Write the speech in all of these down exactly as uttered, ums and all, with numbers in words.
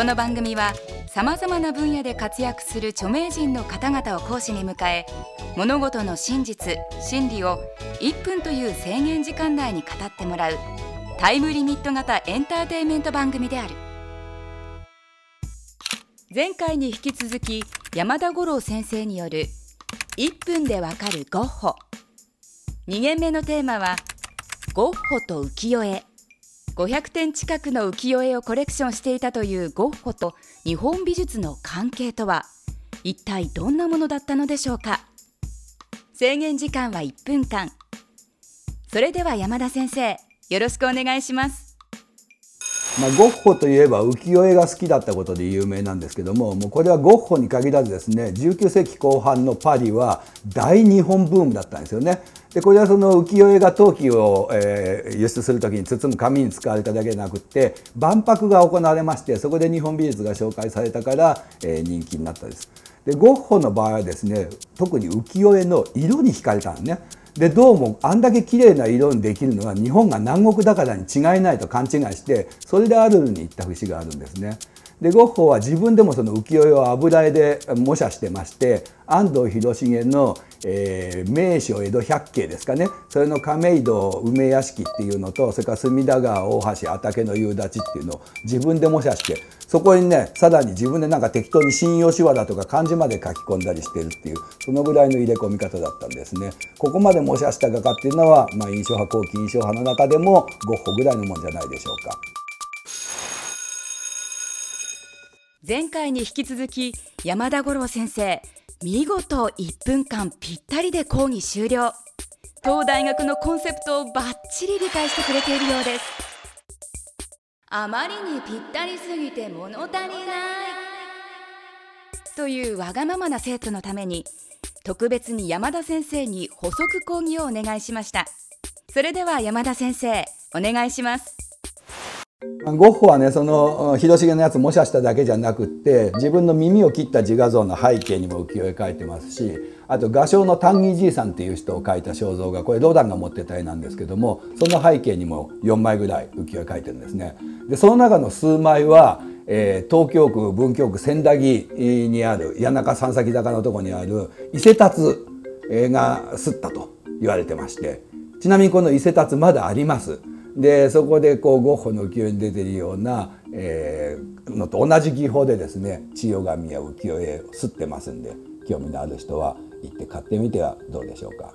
この番組はさまざまな分野で活躍する著名人の方々を講師に迎え、物事の真実・真理をいっぷんという制限時間内に語ってもらうタイムリミット型エンターテインメント番組である。前回に引き続き山田五郎先生によるいっぷんでわかるゴッホ。に限目のテーマはゴッホと浮世絵。ごひゃくてん近くの浮世絵をコレクションしていたというゴッホと日本美術の関係とは一体どんなものだったのでしょうか。制限時間はいっぷんかん。それでは山田先生、よろしくお願いします。 まあ、ゴッホといえば浮世絵が好きだったことで有名なんですけども、もうこれはゴッホに限らずですね、じゅうきゅうせいきこう半のパリは大日本ブームだったんですよね。でこれはその浮世絵が陶器を、えー、輸出する時に包む紙に使われただけでなくって万博が行われまして、そこで日本美術が紹介されたから、えー、人気になったです。でゴッホの場合はですね、特に浮世絵の色に惹かれたんですね。でどうもあんだけ綺麗な色にできるのは日本が南国だからに違いないと勘違いして、それでアルルに行った節があるんですね。でゴッホは自分でもその浮世絵を油絵で模写してまして、安藤広重の、えー、名所江戸百景ですかね、それの亀戸梅屋敷っていうのと、それから隅田川大橋安宅の夕立っていうのを自分で模写して、そこにねさらに自分でなんか適当に信用手話だとか漢字まで書き込んだりしてるっていう、そのぐらいの入れ込み方だったんですね。ここまで模写した画家っていうのは、まあ、印象派後期印象派の中でもゴッホぐらいのもんじゃないでしょうか。 前回に引き続き山田五郎先生、見事いっぷんかんぴったりで講義終了。当大学のコンセプトをバッチリ理解してくれているようです。あまりにぴったりすぎて物足りないというわがままな生徒のために、特別に山田先生に補足講義をお願いしました。それでは山田先生、お願いします。 ゴッホはね、その広重のやつ模写しただけじゃなくって、自分の耳を切った自画像の背景にも浮世絵描いてますし、あと画商の丹義じいさんっていう人を描いた肖像画、これロダンが持ってた絵なんですけども、その背景にもよんまいぐらい浮世絵描いてるんですね。でその中の数枚は、えー、東京区文京区千駄木にある谷中三崎坂のとこにある伊勢達が刷ったと言われてまして、ちなみにこの伊勢達まだあります。でそこでこうゴッホの浮世絵に出てるような、えー、のと同じ技法でですね、千代紙や浮世絵を刷ってますんで、興味のある人は行って買ってみてはどうでしょうか。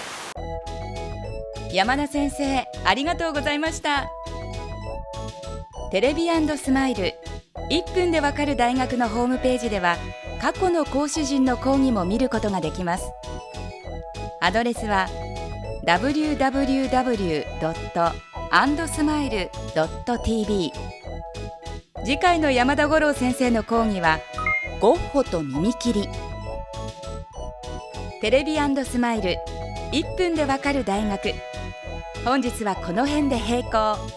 山田先生、ありがとうございました。テレビ&スマイルいっぷんでわかる大学のホームページでは、過去の講師陣の講義も見ることができます。アドレスは ダブリューダブリューダブリュードットアンドスマイルドットティービー。 次回の山田五郎先生の講義はゴッホと耳切り。テレビ&スマイルいっぷんでわかる大学、本日はこの辺で閉校。